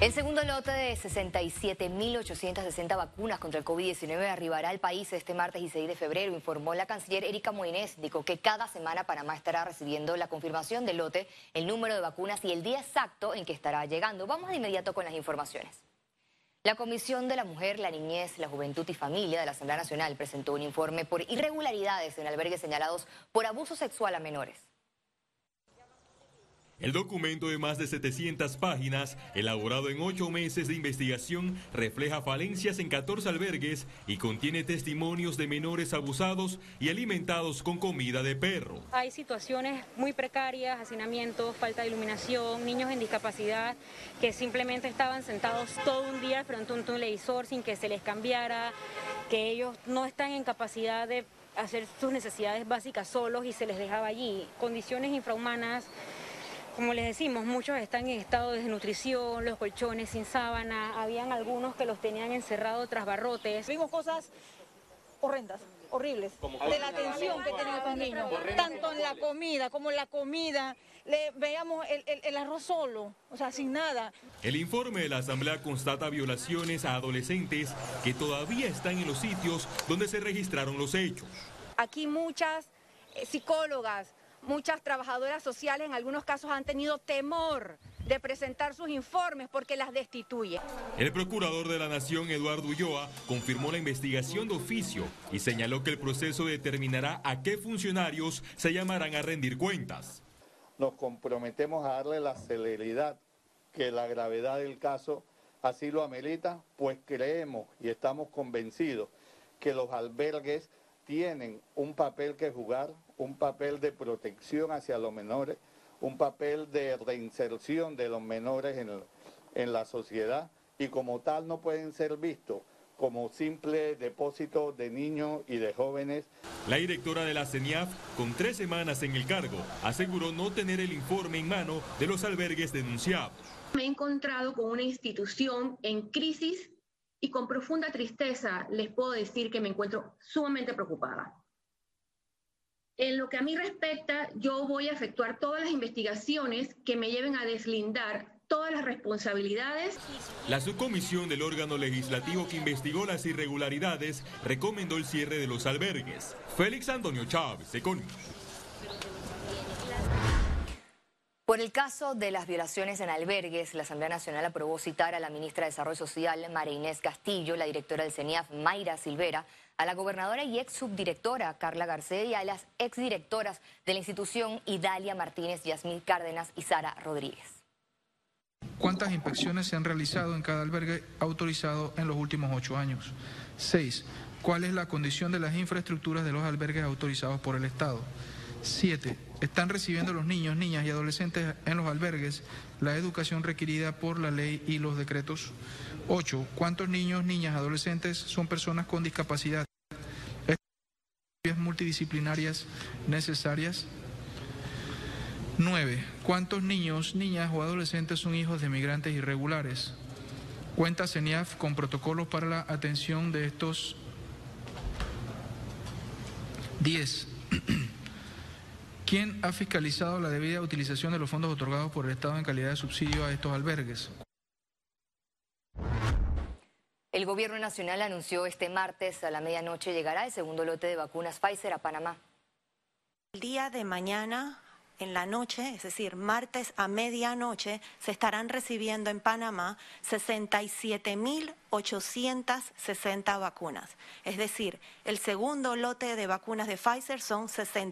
El segundo lote de 67.860 vacunas contra el COVID-19 arribará al país este martes y 6 de febrero, informó la canciller Erika Moines. Dijo que cada semana Panamá estará recibiendo la confirmación del lote, el número de vacunas y el día exacto en que estará llegando. Vamos de inmediato con las informaciones. La Comisión de la Mujer, la Niñez, la Juventud y Familia de la Asamblea Nacional presentó un informe por irregularidades en albergues señalados por abuso sexual a menores. El documento de más de 700 páginas, elaborado en 8 meses de investigación, refleja falencias en 14 albergues y contiene testimonios de menores abusados y alimentados con comida de perro. Hay situaciones muy precarias, hacinamiento, falta de iluminación, niños en discapacidad que simplemente estaban sentados todo un día frente a un televisor sin que se les cambiara, que ellos no están en capacidad de hacer sus necesidades básicas solos y se les dejaba allí. Condiciones infrahumanas. Como les decimos, muchos están en estado de desnutrición, los colchones sin sábana, habían algunos que los tenían encerrados tras barrotes. Vimos cosas horrendas, horribles, de la atención que tenían estos niños, tanto en la comida como en la comida. Veíamos el arroz solo, o sea, sin nada. El informe de la Asamblea constata violaciones a adolescentes que todavía están en los sitios donde se registraron los hechos. Aquí muchas psicólogas, muchas trabajadoras sociales en algunos casos han tenido temor de presentar sus informes porque las destituye. El procurador de la Nación, Eduardo Ulloa, confirmó la investigación de oficio y señaló que el proceso determinará a qué funcionarios se llamarán a rendir cuentas. Nos comprometemos a darle la celeridad que la gravedad del caso así lo amerita, pues creemos y estamos convencidos que los albergues tienen un papel que jugar, un papel de protección hacia los menores, un papel de reinserción de los menores en la sociedad y como tal no pueden ser vistos como simple depósito de niños y de jóvenes. La directora de la CENIAF, con 3 semanas en el cargo, aseguró no tener el informe en mano de los albergues denunciados. Me he encontrado con una institución en crisis y con profunda tristeza les puedo decir que me encuentro sumamente preocupada. En lo que a mí respecta, yo voy a efectuar todas las investigaciones que me lleven a deslindar todas las responsabilidades. La subcomisión del órgano legislativo que investigó las irregularidades recomendó el cierre de los albergues. Félix Antonio Chávez, Econius. Por el caso de las violaciones en albergues, la Asamblea Nacional aprobó citar a la ministra de Desarrollo Social, María Inés Castillo, la directora del CENIAF, Mayra Silvera, a la gobernadora y ex subdirectora, Carla Garcés, y a las exdirectoras de la institución, Idalia Martínez, Yasmín Cárdenas y Sara Rodríguez. ¿Cuántas inspecciones se han realizado en cada albergue autorizado en los últimos 8 años? 6. ¿Cuál es la condición de las infraestructuras de los albergues autorizados por el Estado? 7. ¿Están recibiendo los niños, niñas y adolescentes en los albergues la educación requerida por la ley y los decretos? 8. ¿Cuántos niños, niñas, adolescentes son personas con discapacidad? ¿Multidisciplinarias necesarias? 9. ¿Cuántos niños, niñas o adolescentes son hijos de migrantes irregulares? ¿Cuenta CENIAF con protocolos para la atención de estos? 10. ¿Quién ha fiscalizado la debida utilización de los fondos otorgados por el Estado en calidad de subsidio a estos albergues? El gobierno nacional anunció este martes a la medianoche llegará el segundo lote de vacunas Pfizer a Panamá. El día de mañana, en la noche, es decir, martes a medianoche, se estarán recibiendo en Panamá 67.860 vacunas. Es decir, el segundo lote de vacunas de Pfizer son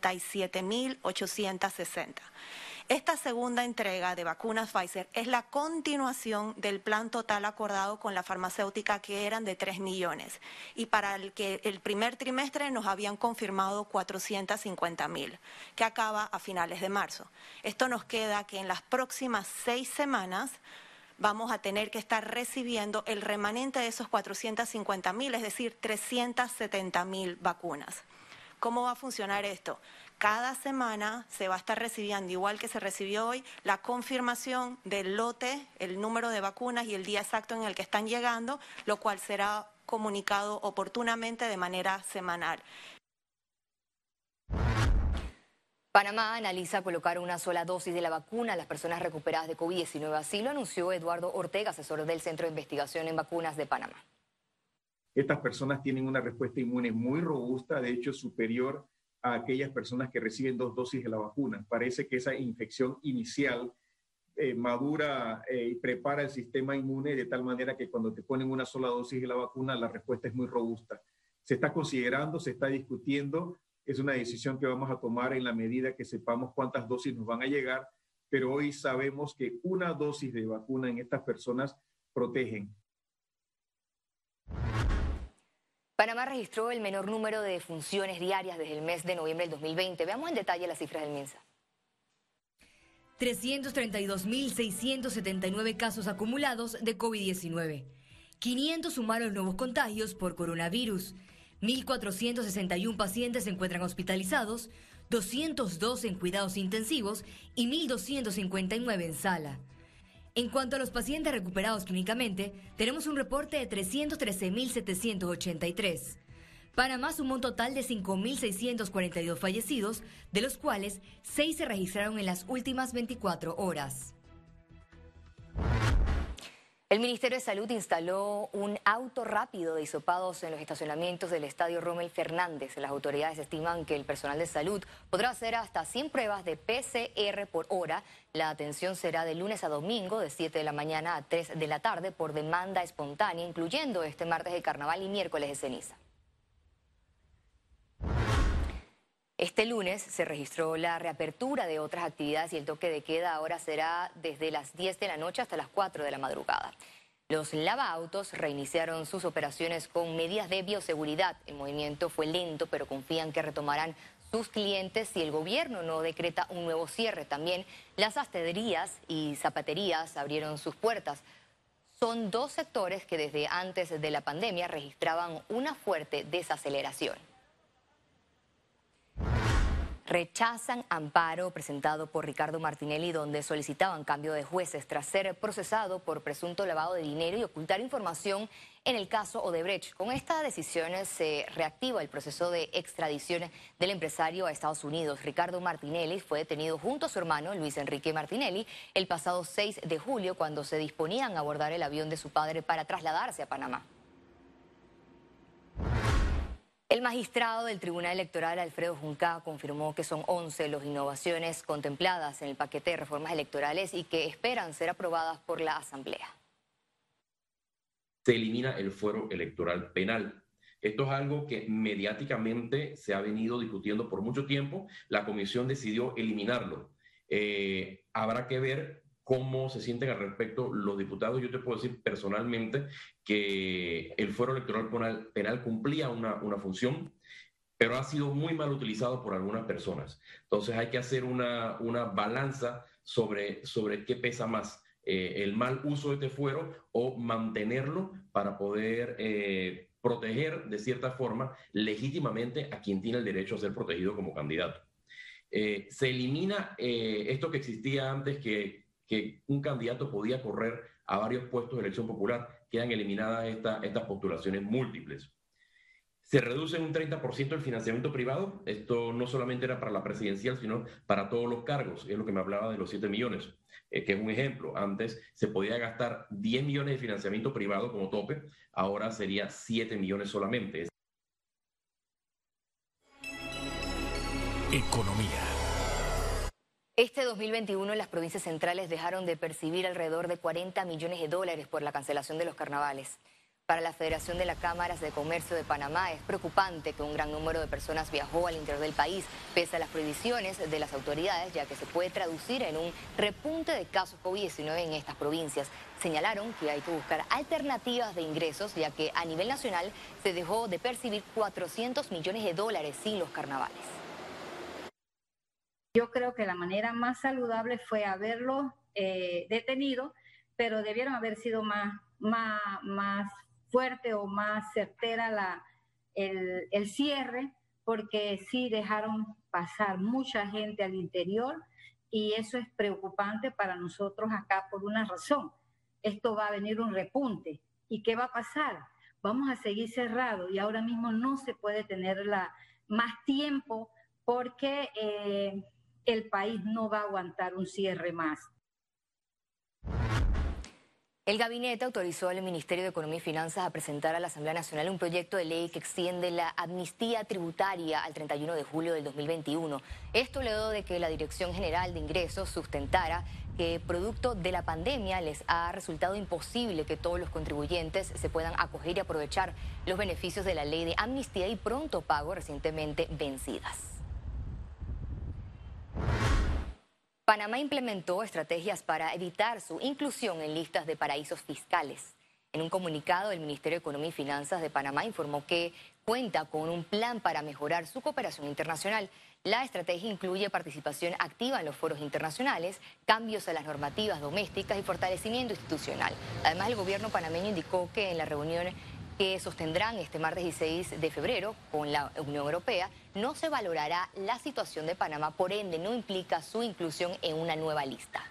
67.860. Esta segunda entrega de vacunas Pfizer es la continuación del plan total acordado con la farmacéutica, que eran de 3 millones. Y para el que el primer trimestre nos habían confirmado 450.000, que acaba a finales de marzo. Esto nos queda que en las próximas 6 semanas vamos a tener que estar recibiendo el remanente de esos 450.000, es decir, 370.000 vacunas. ¿Cómo va a funcionar esto? Cada semana se va a estar recibiendo, igual que se recibió hoy, la confirmación del lote, el número de vacunas y el día exacto en el que están llegando, lo cual será comunicado oportunamente de manera semanal. Panamá analiza colocar una sola dosis de la vacuna a las personas recuperadas de COVID-19. Así lo anunció Eduardo Ortega, asesor del Centro de Investigación en Vacunas de Panamá. Estas personas tienen una respuesta inmune muy robusta, de hecho superior a aquellas personas que reciben 2 dosis de la vacuna. Parece que esa infección inicial madura y prepara el sistema inmune de tal manera que cuando te ponen una sola dosis de la vacuna, la respuesta es muy robusta. Se está considerando, se está discutiendo, es una decisión que vamos a tomar en la medida que sepamos cuántas dosis nos van a llegar, pero hoy sabemos que una dosis de vacuna en estas personas protegen. Panamá registró el menor número de defunciones diarias desde el mes de noviembre del 2020. Veamos en detalle las cifras del MINSA. 332.679 casos acumulados de COVID-19. 500 sumaron nuevos contagios por coronavirus. 1.461 pacientes se encuentran hospitalizados, 202 en cuidados intensivos y 1.259 en sala. En cuanto a los pacientes recuperados clínicamente, tenemos un reporte de 313.783. Panamá sumó un total de 5.642 fallecidos, de los cuales 6 se registraron en las últimas 24 horas. El Ministerio de Salud instaló un auto rápido de hisopados en los estacionamientos del Estadio Rommel Fernández. Las autoridades estiman que el personal de salud podrá hacer hasta 100 pruebas de PCR por hora. La atención será de lunes a domingo, de 7 de la mañana a 3 de la tarde, por demanda espontánea, incluyendo este martes de carnaval y miércoles de ceniza. Este lunes se registró la reapertura de otras actividades y el toque de queda ahora será desde las 10 de la noche hasta las 4 de la madrugada. Los lavaautos reiniciaron sus operaciones con medidas de bioseguridad. El movimiento fue lento, pero confían que retomarán sus clientes si el gobierno no decreta un nuevo cierre. También las sastrerías y zapaterías abrieron sus puertas. Son 2 sectores que desde antes de la pandemia registraban una fuerte desaceleración. Rechazan amparo presentado por Ricardo Martinelli, donde solicitaban cambio de jueces tras ser procesado por presunto lavado de dinero y ocultar información en el caso Odebrecht. Con esta decisión se reactiva el proceso de extradición del empresario a Estados Unidos. Ricardo Martinelli fue detenido junto a su hermano Luis Enrique Martinelli el pasado 6 de julio cuando se disponían a abordar el avión de su padre para trasladarse a Panamá. El magistrado del Tribunal Electoral, Alfredo Junca, confirmó que son 11 las innovaciones contempladas en el paquete de reformas electorales y que esperan ser aprobadas por la Asamblea. Se elimina el fuero electoral penal. Esto es algo que mediáticamente se ha venido discutiendo por mucho tiempo. La comisión decidió eliminarlo. Habrá que ver cómo se sienten al respecto los diputados. Yo te puedo decir personalmente que el fuero electoral penal cumplía una función, pero ha sido muy mal utilizado por algunas personas. Entonces hay que hacer una balanza sobre qué pesa más, el mal uso de este fuero o mantenerlo para poder proteger de cierta forma legítimamente a quien tiene el derecho a ser protegido como candidato. Se elimina esto que existía antes, que un candidato podía correr a varios puestos de elección popular. Quedan eliminadas estas postulaciones múltiples. Se reduce un 30% el financiamiento privado. Esto no solamente era para la presidencial, sino para todos los cargos. Es lo que me hablaba de los 7 millones, que es un ejemplo. Antes se podía gastar 10 millones de financiamiento privado como tope, ahora sería 7 millones solamente. Economía. Este 2021 las provincias centrales dejaron de percibir alrededor de 40 millones de dólares por la cancelación de los carnavales. Para la Federación de las Cámaras de Comercio de Panamá es preocupante que un gran número de personas viajó al interior del país, pese a las prohibiciones de las autoridades, ya que se puede traducir en un repunte de casos COVID-19 en estas provincias. Señalaron que hay que buscar alternativas de ingresos, ya que a nivel nacional se dejó de percibir 400 millones de dólares sin los carnavales. Yo creo que la manera más saludable fue haberlo detenido, pero debieron haber sido más fuerte o más certera el cierre, porque sí dejaron pasar mucha gente al interior y eso es preocupante para nosotros acá por una razón. Esto va a venir un repunte. ¿Y qué va a pasar? Vamos a seguir cerrados y ahora mismo no se puede tener más tiempo porque el país no va a aguantar un cierre más. El gabinete autorizó al Ministerio de Economía y Finanzas a presentar a la Asamblea Nacional un proyecto de ley que extiende la amnistía tributaria al 31 de julio del 2021. Esto luego de que la Dirección General de Ingresos sustentara que producto de la pandemia les ha resultado imposible que todos los contribuyentes se puedan acoger y aprovechar los beneficios de la ley de amnistía y pronto pago recientemente vencidas. Panamá implementó estrategias para evitar su inclusión en listas de paraísos fiscales. En un comunicado, el Ministerio de Economía y Finanzas de Panamá informó que cuenta con un plan para mejorar su cooperación internacional. La estrategia incluye participación activa en los foros internacionales, cambios a las normativas domésticas y fortalecimiento institucional. Además, el gobierno panameño indicó que en la reunión que sostendrán este martes 16 de febrero con la Unión Europea, no se valorará la situación de Panamá, por ende no implica su inclusión en una nueva lista.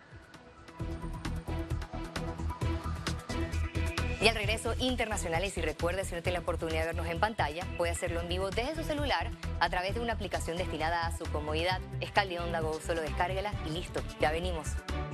Y al regreso, internacionales, y recuerde, si no tiene la oportunidad de vernos en pantalla, puede hacerlo en vivo desde su celular a través de una aplicación destinada a su comodidad. Es Caldeonda Go, solo descárguela y listo, ya venimos.